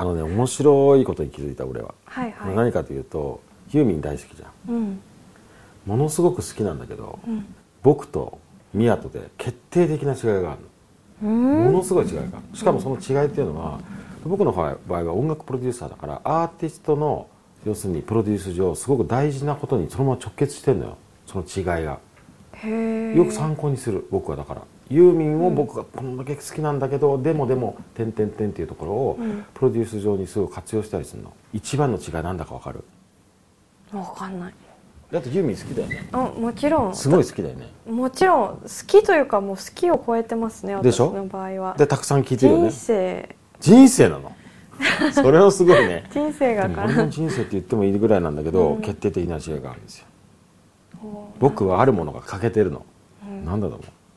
面白いことに気づいた俺は、 はいはい、 何かというとユーミン大好きじゃん、うん、ものすごく好きなんだけど、うん、僕と宮とで決定的な違いがあるの、ものすごい違いがある。しかもその違いっていうのは、僕の場合は音楽プロデューサーだからアーティストの要するにプロデュース上すごく大事なことにそのまま直結してるのよ、その違いが。よく参考にする僕は。だからユーミンを僕がこんだけ好きなんだけど、でも点々点っていうところをプロデュース上にすごい活用したりするの。一番の違いなんだか分かる？ 分かんない。 だってユーミン好きだよね。 もちろんすごい好きだよね。 もちろん好きというかもう好きを超えてますね、私の場合は。 でたくさん聴いてるよね。 人生なのそれはすごいね人生がから俺の人生って言ってもいいぐらいなんだけど、決定的な違いがあるんですよ。僕はあるものが欠けてるの、なんだろ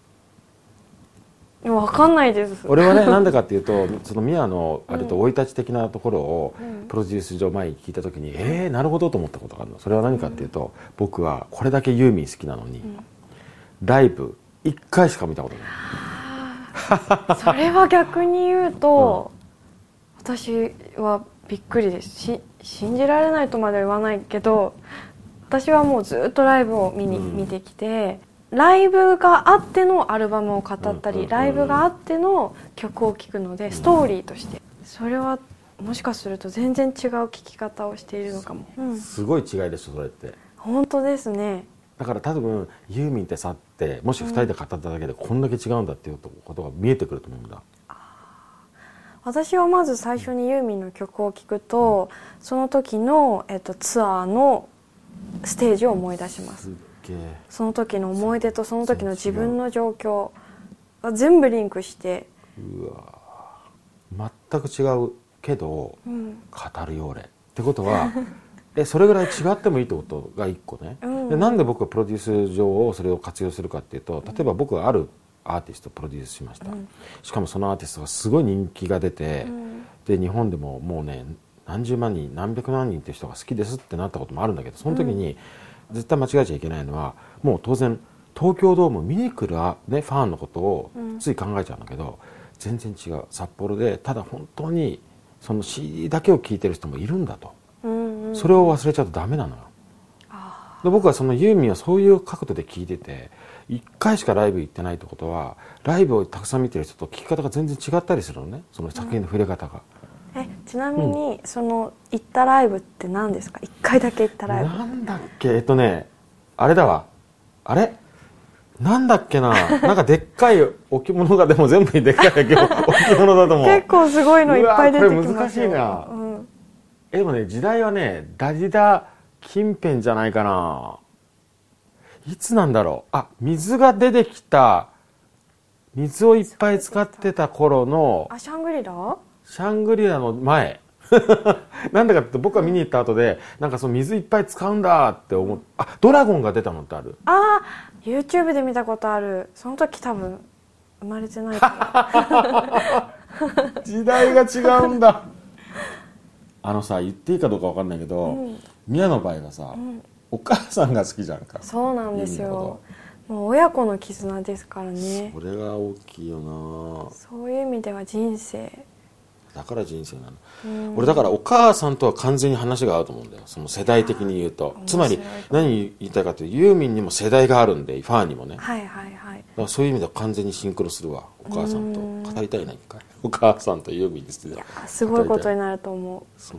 う。 分かんないです。 俺はね、なんでかっていうとそのミアのあれと生い立ち的なところをプロデュース上前に聞いた時に、なるほどと思ったことがあるの。それは何かっていうと、僕はこれだけユーミン好きなのに、ライブ1回しか見たことないそれは逆に言うと、私はびっくりですし、信じられないとまでは言わないけど、私はもうずっとライブを見てきて、ライブがあってのアルバムを語ったり、ライブがあっての曲を聴くので、ストーリーとしてそれはもしかすると全然違う聴き方をしているのかも、 すごい違いでしょそれって。 本当ですね。 だから多分ユーミンってさってもし2人で語っただけでこんだけ違うんだっていうことが見えてくると思うんだ。 私はまず最初にユーミンの曲を聴くと、その時の、ツアーのステージを思い出します。その時の思い出とその時の自分の状況が全部リンクして、 うわ全く違うけど、語るよ俺ってことはそれぐらい違ってもいいってことが1個ね、でなんで僕がプロデュース上をそれを活用するかっていうと、例えば僕があるアーティストをプロデュースしました、しかもそのアーティストがすごい人気が出て、で日本でももうね何十万人何百万人っていう人が好きですってなったこともあるんだけど、その時に絶対間違えちゃいけないのは、もう当然東京ドーム見に来る、ね、ファンのことをつい考えちゃうんだけど、全然違う。札幌でただ本当にその CD だけを聴いてる人もいるんだと、それを忘れちゃうとダメなのよ。で僕はそのユーミンはそういう角度で聴いてて、1回しかライブ行ってないってことはライブをたくさん見てる人と聴き方が全然違ったりするのね、その作品の触れ方が。 ちなみに、その行ったライブって何ですか？1回だけ行ったライブなんだっけ、あれだわ、あれなんだっけななんかでっかい置物が、でも全部にでっかい置物だと思う結構すごいのいっぱい出てきますよ。 これ難しいな、でもね時代はねダジダ近辺じゃないかな。いつなんだろう。水が出てきた、水をいっぱい使ってた頃のシャングリラ？ シャングリラの前なんだかって僕が見に行った後で、なんかその水いっぱい使うんだって思って、ドラゴンが出たのってある ？YouTube で見たことある。その時多分生まれてないかも時代が違うんださ、言っていいかどうか分かんないけど、宮の場合はさ、お母さんが好きじゃんか。 そうなんですよ。もう親子の絆ですからね。 それが大きいよな。 そういう意味では人生だから人生なの、俺だからお母さんとは完全に話が合うと思うんだよ、その世代的に言うと。つまり何言いたいかというと、ユーミンにも世代があるんで、ファンにもね、だからそういう意味では完全にシンクロするわ。お母さんと語りたいな、一回。お母さんとユーミンですけど、 すごいことになると思う。 そっ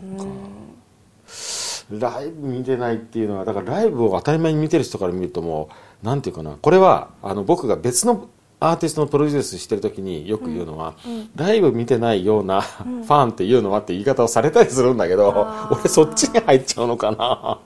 か。ライブ見てないっていうのは、だからライブを当たり前に見てる人から見ると、もうなんていうかな、これは僕が別のアーティストのプロデュースしてる時によく言うのは、ライブ見てないようなファンっていうのはって言い方をされたりするんだけど、俺そっちに入っちゃうのかな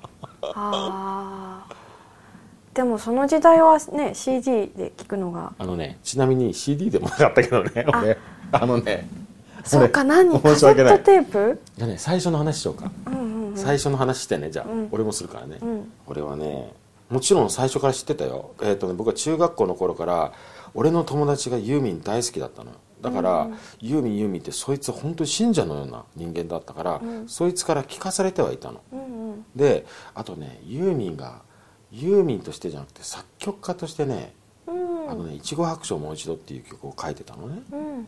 でもその時代はね CD で聴くのがちなみに CD でもなかったけどね俺そうか、カセットテープ？ じゃあね、最初の話しようか、最初の話してね、じゃあ、俺もするからね、俺はねもちろん最初から知ってたよ。僕は中学校の頃から俺の友達がユーミン大好きだったのよ。だから、ユーミンってそいつ本当に信者のような人間だったから、そいつから聞かされてはいたの、であとね、ユーミンとしてじゃなくて作曲家としてね、いちご白書もう一度っていう曲を書いてたのね、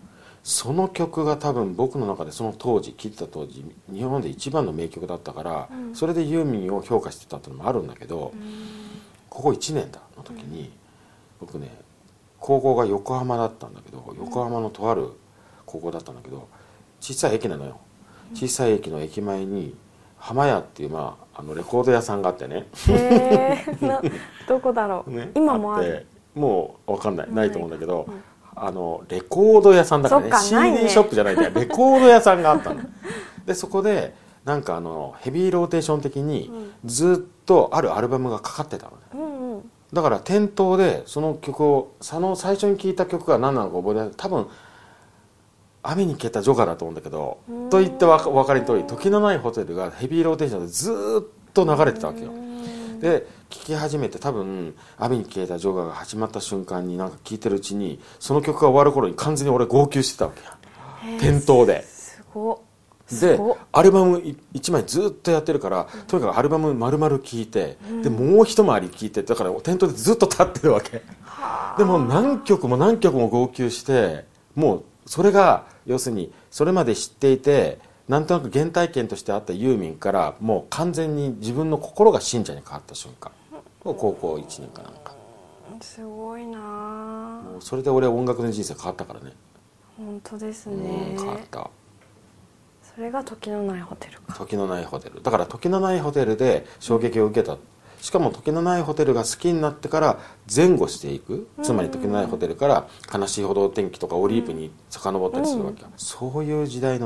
その曲が多分僕の中でその当時聴いてた当時日本で一番の名曲だったから、それでユーミンを評価してたっていうのもあるんだけど、ここ1年だの時に、僕ね高校が横浜だったんだけど、横浜のとある高校だったんだけど、小さい駅なのよ。小さい駅の駅前に浜屋っていう、レコード屋さんがあってねどこだろう、ね、今もある？ もう分かんない、ないと思うんだけど、レコード屋さんだからね、CD ショップじゃないんだよ、レコード屋さんがあったのでそこでなんかヘビーローテーション的にずっとあるアルバムがかかってたのね、だから店頭でその曲を最初に聴いた曲が何なのか覚えてない。多分雨に消えたジョガだと思うんだけど、と言ってお分かりの通り時のないホテルがヘビーローテーションでずっと流れてたわけよ。で聴き始めて、多分雨に消えたジョガが始まった瞬間になんか聴いてるうちにその曲が終わる頃に完全に俺号泣してたわけよ、店頭で。 すごでアルバム1枚ずっとやってるから、とにかくアルバム丸々聴いて、でもう一回り聴いて、だから店頭でずっと立ってるわけでも何曲も何曲も号泣して、もうそれが要するにそれまで知っていてなんとなく原体験としてあったユーミンからもう完全に自分の心が信者に変わった瞬間、高校1年かなんか。 すごいな。 もうそれで俺音楽の人生変わったからね。 本当ですね、 変わった。 それが時のないホテルか。 時のないホテルだから、時のないホテルで衝撃を受けた。しかも時のないホテルが好きになってから前後していく、つまり時のないホテルから悲しいほど天気とかオリーブに遡ったりするわけよ、そういう時代の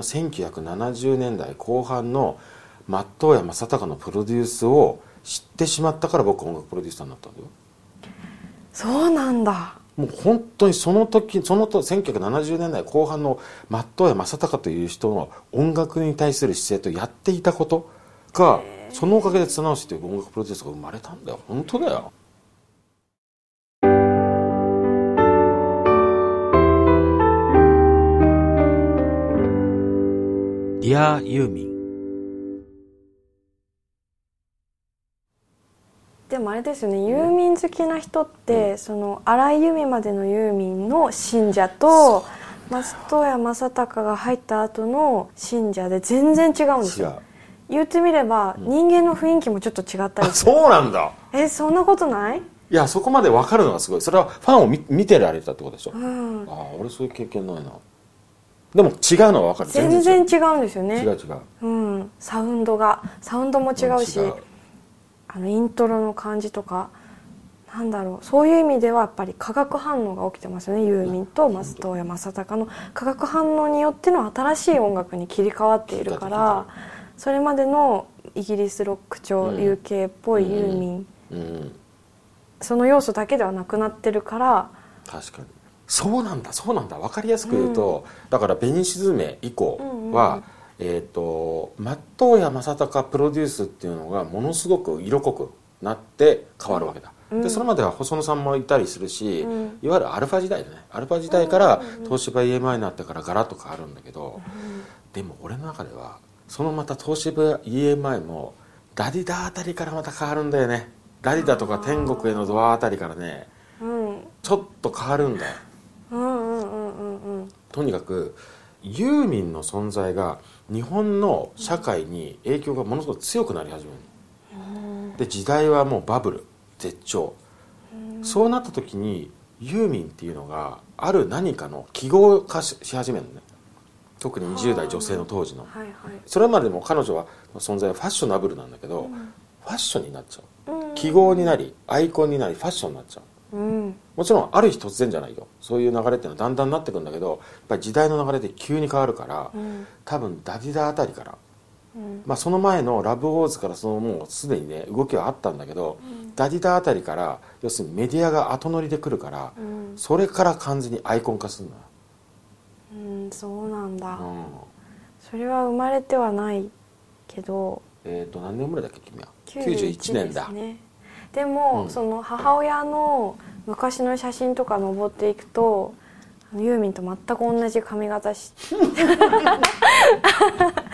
1970年代後半の松任谷正隆のプロデュースを知ってしまったから僕音楽プロデューサーになったんだよ。 そうなんだ。 もう本当にその時1970年代後半の松任谷正隆という人の音楽に対する姿勢とやっていたことが、そのおかげで綱吉という音楽プロデュースが生まれたんだよ。本当だよ。Dear ユーミン。 でもあれですよね、ユーミン好きな人って、その荒井由実までのユーミンの信者と松任谷正隆が入った後の信者で全然違うんですよ。言ってみれば、人間の雰囲気もちょっと違ったりする。 そうなんだ。 そんなことない？ いや、そこまで分かるのがすごい。それはファンを見てられたってことでしょ。俺そういう経験ないな。でも違うのは分かる。 全然違うんですよね。 違う、 サウンドも違うし、イントロの感じとか、なんだろう、そういう意味ではやっぱり化学反応が起きてますよね。ユーミンと松任谷正隆の化学反応によっての新しい音楽に切り替わっているから、それまでのイギリスロック調、UK っぽいユーミン、その要素だけではなくなってるから。 確かにそうなんだ分かりやすく言うと、だから紅しずめ以降は、松任谷正隆プロデュースっていうのがものすごく色濃くなって変わるわけだ、でそれまでは細野さんもいたりするし、いわゆるアルファ時代だね。アルファ時代から東芝 EMI になってからガラッと変わるんだけど、でも俺の中ではそのまた東芝 EMI もダディダあたりからまた変わるんだよね。ダディダとか天国へのドアあたりからね、ちょっと変わるんだよ。とにかくユーミンの存在が日本の社会に影響がものすごく強くなり始める。で時代はもうバブル絶頂。そうなった時にユーミンっていうのがある何かの記号化し始めるのね。特に20代女性の当時の、それまでも彼女は存在はファッショナブルなんだけど、ファッションになっちゃう、記号になりアイコンになりファッションになっちゃう、もちろんある日突然じゃないよ。そういう流れっていうのはだんだんなってくるんだけど、やっぱり時代の流れで急に変わるから、多分ダディダあたりから、その前のラブウォーズからもうすでにね動きはあったんだけど、ダディダあたりから要するにメディアが後乗りで来るから、それから完全にアイコン化するのよ。 そうなんだ、それは生まれてはないけど、 何年生まれだっけ君は。91年だ。 でも、その母親の昔の写真とか登っていくと、ユーミンと全く同じ髪型して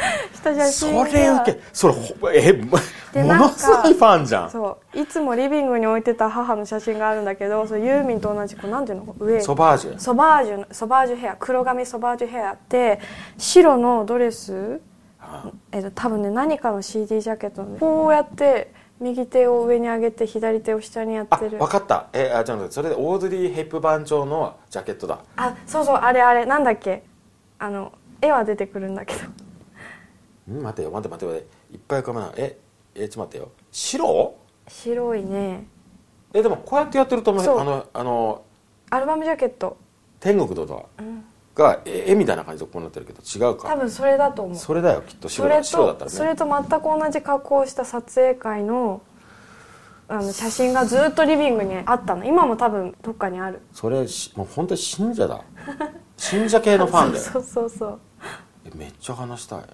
た写真がそれ受けそれものすごいファンじゃん。 そういつもリビングに置いてた母の写真があるんだけど、そユーミンと同じなんていうの上ソバージュソバージュヘア、黒髪ソバージュヘアって白のドレス、多分ね何かの CD ジャケットでこうやって右手を上に上げて左手を下にやってる。 分かった。じゃあそれでオードリー・ヘップバーン調のジャケットだ。 そうそう、あれなんだっけ、絵は出てくるんだけど待てよいっぱい浮かばない。ちょっと待ってよ。白いね。 でもこうやってやってると思う。 アルバムジャケット天国とかが絵みたいな感じでこうなってるけど違うか。 多分それだと思う。 それだよきっと。白だったらね。 それと全く同じ加工をした撮影会の写真がずっとリビングにあったの。今も多分どっかにある。 それもう本当に信者だ信者系のファンだよそうめっちゃ話したい。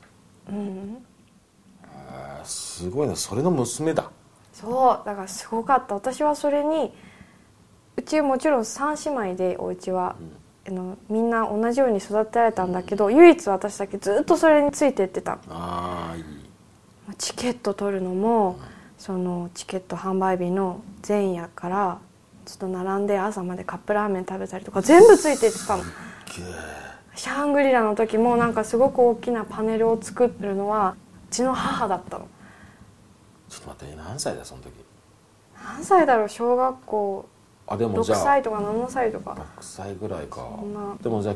すごいね。それの娘だ。そうだからすごかった。私はそれに、うちもちろん3姉妹でお家は、みんな同じように育てられたんだけど、唯一私だけずっとそれについてってた。 いい。 チケット取るのも、そのチケット販売日の前夜からずっと並んで朝までカップラーメン食べたりとか全部ついてってたの。シャングリラの時もなんかすごく大きなパネルを作るのはうちの母だったの。 ちょっと待って、何歳だその時。 何歳だろう。小学校でもじゃあ 6歳とか7歳とか。 6歳ぐらいか。でもじゃあ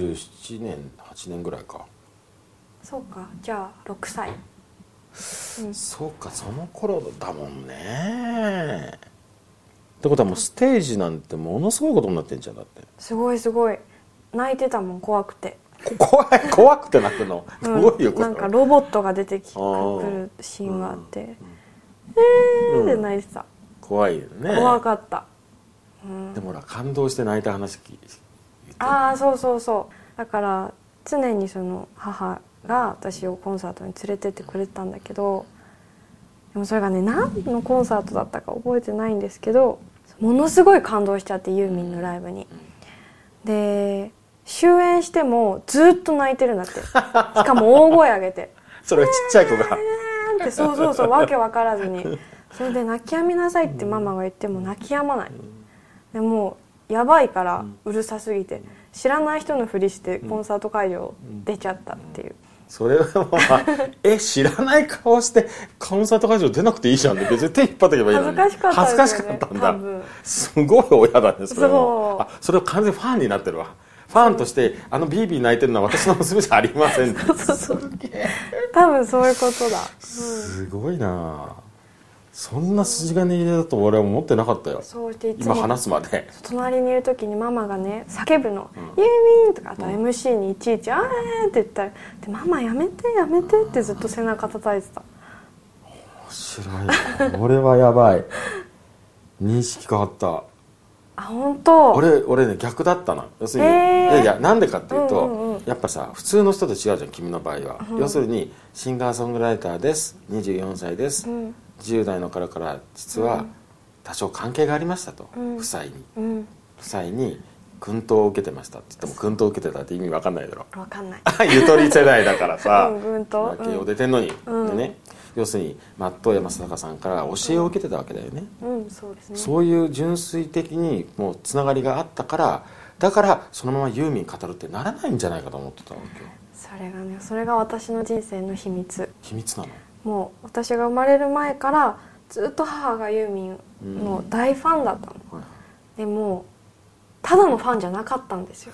97年8年ぐらいか。 そうか、じゃあ6歳、 そうか、その頃だもんね。ってことはもうステージなんてものすごいことになってんじゃん。だってすごい泣いてたもん。怖くて怖くて泣くの、どういうこと。 なんかロボットが出てくるシーンがあって、で泣いてた。 怖いよね。 怖かった、 でもほら感動して泣いた話言って。 そうだから常にその母が私をコンサートに連れてってくれてたんだけど、でもそれがね何のコンサートだったか覚えてないんですけど、ものすごい感動しちゃって、ユーミンのライブに。で終演してもずっと泣いてるんだって。しかも大声上げてそれちっちゃい子がってそうわけ分からずに、それで泣き止みなさいってママが言っても泣き止まない。でもうやばいからうるさすぎて知らない人のふりしてコンサート会場出ちゃったっていう。 それは知らない顔してコンサート会場出なくていいじゃんって、別に手引っ張っていけばいいのに。 恥ずかしかったですよね。 恥ずかしかったんだ。すごい親だねそれも。それを完全にファンになってるわ。ファンとしてビービー泣いてるのは私の娘じゃありません。 そう多分そういうことだ。 すごいな。そんな筋金入れだと俺は思ってなかったよ。 そうして今話すまで。 隣にいる時にママがね叫ぶの、ユーミンとか、あと MC にいちいちあーって言ったら、でママやめてってずっと背中叩いてた。 面白い。俺はやばい。認識変わった。 本当。 俺ね逆だったの。要するに、いやなんでかっていうと、やっぱさ普通の人と違うじゃん君の場合は。要するにシンガーソングライターです、24歳です、10代の頃から実は多少関係がありましたと、夫妻に薫陶を受けてましたって言っても、薫陶を受けてたって意味分かんないだろ。 分かんないゆとり世代だからさ薫陶慶応出てんのに、でね、要するに松任谷正隆さんから教えを受けてたわけだよね。 そうですね。 そういう純粋的にもうつながりがあったから、だからそのままユーミン語るってならないんじゃないかと思ってたわけよ。 それが私の人生の秘密なの。 もう私が生まれる前からずっと母がユーミンの大ファンだったの、でもただのファンじゃなかったんですよ。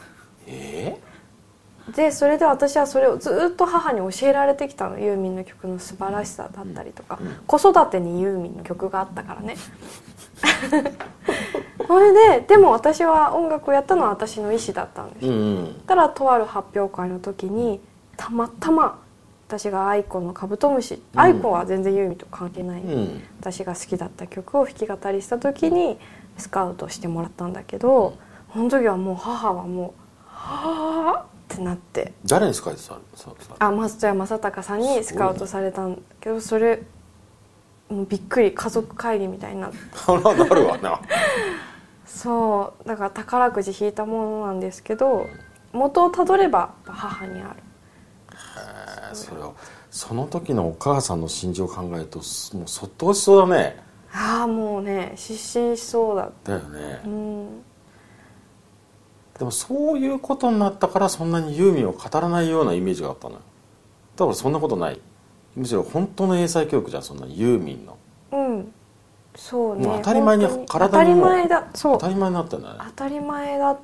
でそれで私はそれをずっと母に教えられてきたの。ユーミンの曲の素晴らしさだったりとか、子育てにユーミンの曲があったからねそれでも私は音楽をやったのは私の意思だったんですよ。ただとある発表会の時にたまたま私がアイコのカブトムシ、アイコは全然ユーミンと関係ない、私が好きだった曲を弾き語りした時にスカウトしてもらったんだけど、その時はもう母はもうはあってなって。 誰にスカウトされた？ 松任谷正隆さんにスカウトされたんだけど、それもうびっくり、家族会議みたいになってなるわなそうだから宝くじ引いたものなんですけど、元をたどれば母にある。 その時のお母さんの心情を考えるともうそっとしそうだね。 ああもうね失神しそうだ。 だよね、 うん、 でもそういうことになったからそんなにユーミンを語らないようなイメージがあったのよ。だからそんなことない。むしろ本当の英才教育じゃん、そんなユーミンの。 うんそうね、 もう当たり前に体にも当たり前だ、そう当たり前になったんだね。 当たり前だった。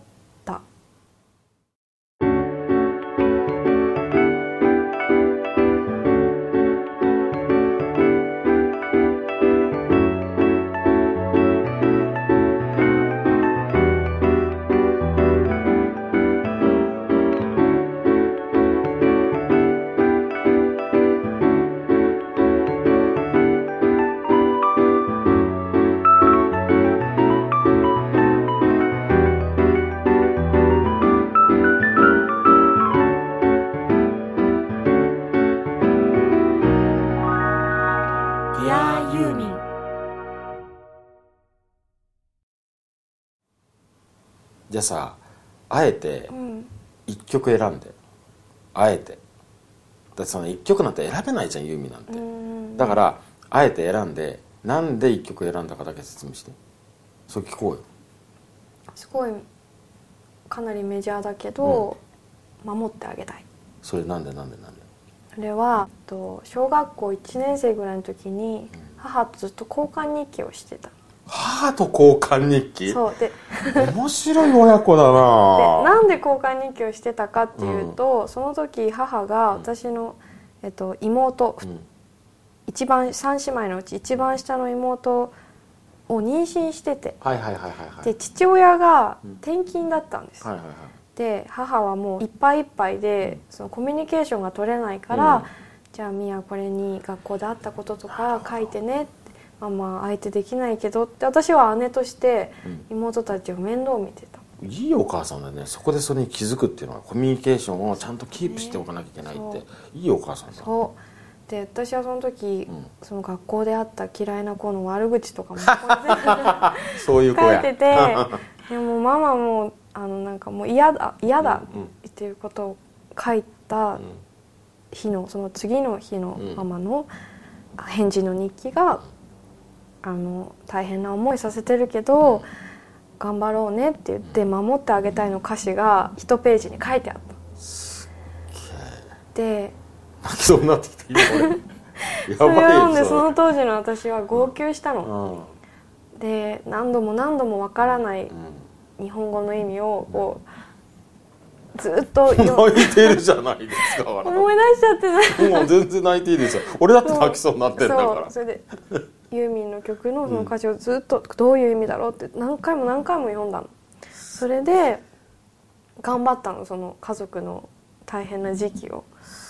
じゃあさ、あえて一曲選んで、あえて、だってその一曲なんて選べないじゃん、ユーミンなんて。だからあえて選んで、なんで一曲選んだかだけ説明して。それ聞こうよ。 すごいかなりメジャーだけど、守ってあげたい。 それなんであれは小学校1年生ぐらいの時に母とずっと交換日記をしてた。 母と交換日記。 そうで面白い親子だな。 でなんで交換日記をしてたかっていうと、その時母が私の、妹、一番3姉妹のうち一番下の妹を妊娠してて、で父親が転勤だったんです。で母はもういっぱいいっぱいで、そのコミュニケーションが取れないから、じゃあミヤこれに学校であったこととか書いてねって、ママ相手できないけどって私は姉として妹たちを面倒見てた。 いいお母さんだね。そこでそれに気づくっていうのは、コミュニケーションをちゃんとキープしておかなきゃいけないって、いいお母さんだ。 そうで私はその時、その学校であった嫌いな子の悪口とかもそういう子や書いててでもママもなんかもう嫌だっていうことを書いた日の、その次の日のママの返事の日記が大変な思いさせてるけど、頑張ろうねって言って守ってあげたいの歌詞が1ページに書いてあった。 すっげえ。 で泣きそうになってきた今俺。やばいよ。 それを読んでその当時の私は号泣したの、で何度も何度もわからない日本語の意味をこうずっと泣いてるじゃないですか。 思い出しちゃってもう全然泣いていいですよ。俺だって泣きそうになってるんだから。 それでユーミンの曲のその歌詞をずっとどういう意味だろうって何回も何回も読んだの。それで頑張ったの、その家族の大変な時期を。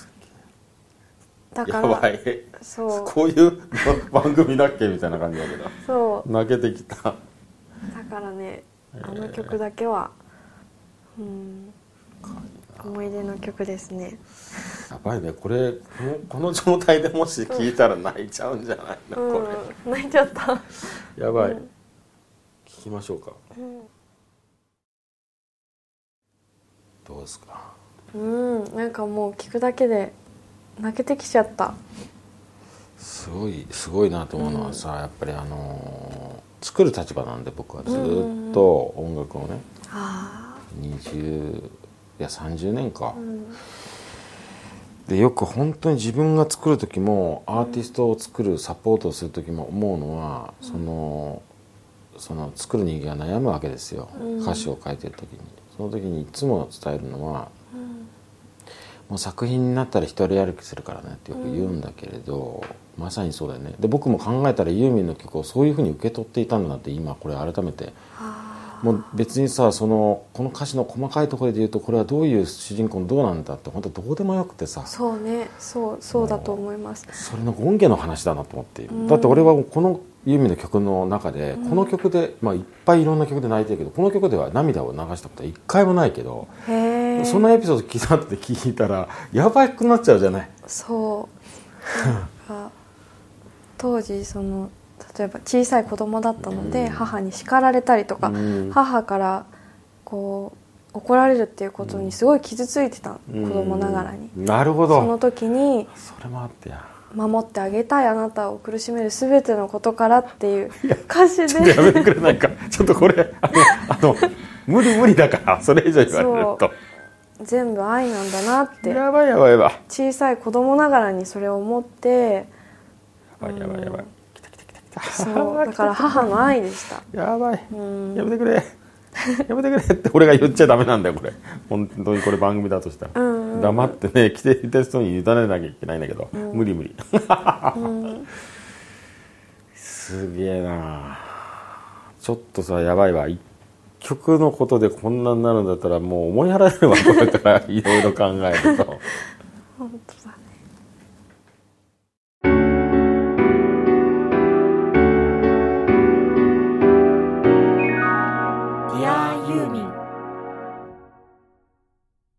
だからやばい。そうこういう番組だっけみたいな感じだけど、そう泣けてきた。 だからね、あの曲だけは、思い出の曲ですね。 やばいね、この状態でもし聴いたら泣いちゃうんじゃないの、これ。泣いちゃった。 やばい、聞きましょうか。どうですか。 なんかもう聞くだけで泣けてきちゃった。 すごいなと思うのはさ、やっぱり作る立場なんで僕はずっと音楽をね、30年か、でよく本当に自分が作る時もアーティストを作るサポートをする時も思うのは、その作る人間が悩むわけですよ、歌詞を書いてる時に。その時にいつも伝えるのは、もう作品になったら一人歩きするからねってよく言うんだけれど、まさにそうだよね。で僕も考えたらユーミンの曲をそういうふうに受け取っていたんだなって今これ改めて、もう別にさ、この歌詞の細かいところで言うとこれはどういう主人公のどうなんだって本当どうでもよくてさ。 そうね、そうだと思います。 それの権限の話だなと思っている。だって俺はこのユーミンの曲の中で、この曲で、いっぱいいろんな曲で泣いてるけど、この曲では涙を流したことは一回もないけど、そんなエピソード聞いたって聞いたらやばくなっちゃうじゃない。 そう当時例えば小さい子供だったので、母に叱られたりとか、母からこう怒られるっていうことにすごい傷ついてた、子供ながらに。 なるほど。 その時にそれもあってや、 守ってあげたいあなたを苦しめる全てのことからっていう歌詞でちょっとやめてくれないか。ちょっとこれ無理だからそれ以上言われると全部愛なんだなって、 やばい小さい子供ながらにそれを思って、 やばい来たそうだから母の愛でした。 やばい、やめてくれって俺が言っちゃダメなんだよこれ。本当にこれ番組だとしたら、黙ってね来ていた人に委ねなきゃいけないんだけど、無理すげえな。ちょっとさやばいわ。一曲のことでこんなになるんだったらもう思いやられるわこれからいろいろ考えると本当だ。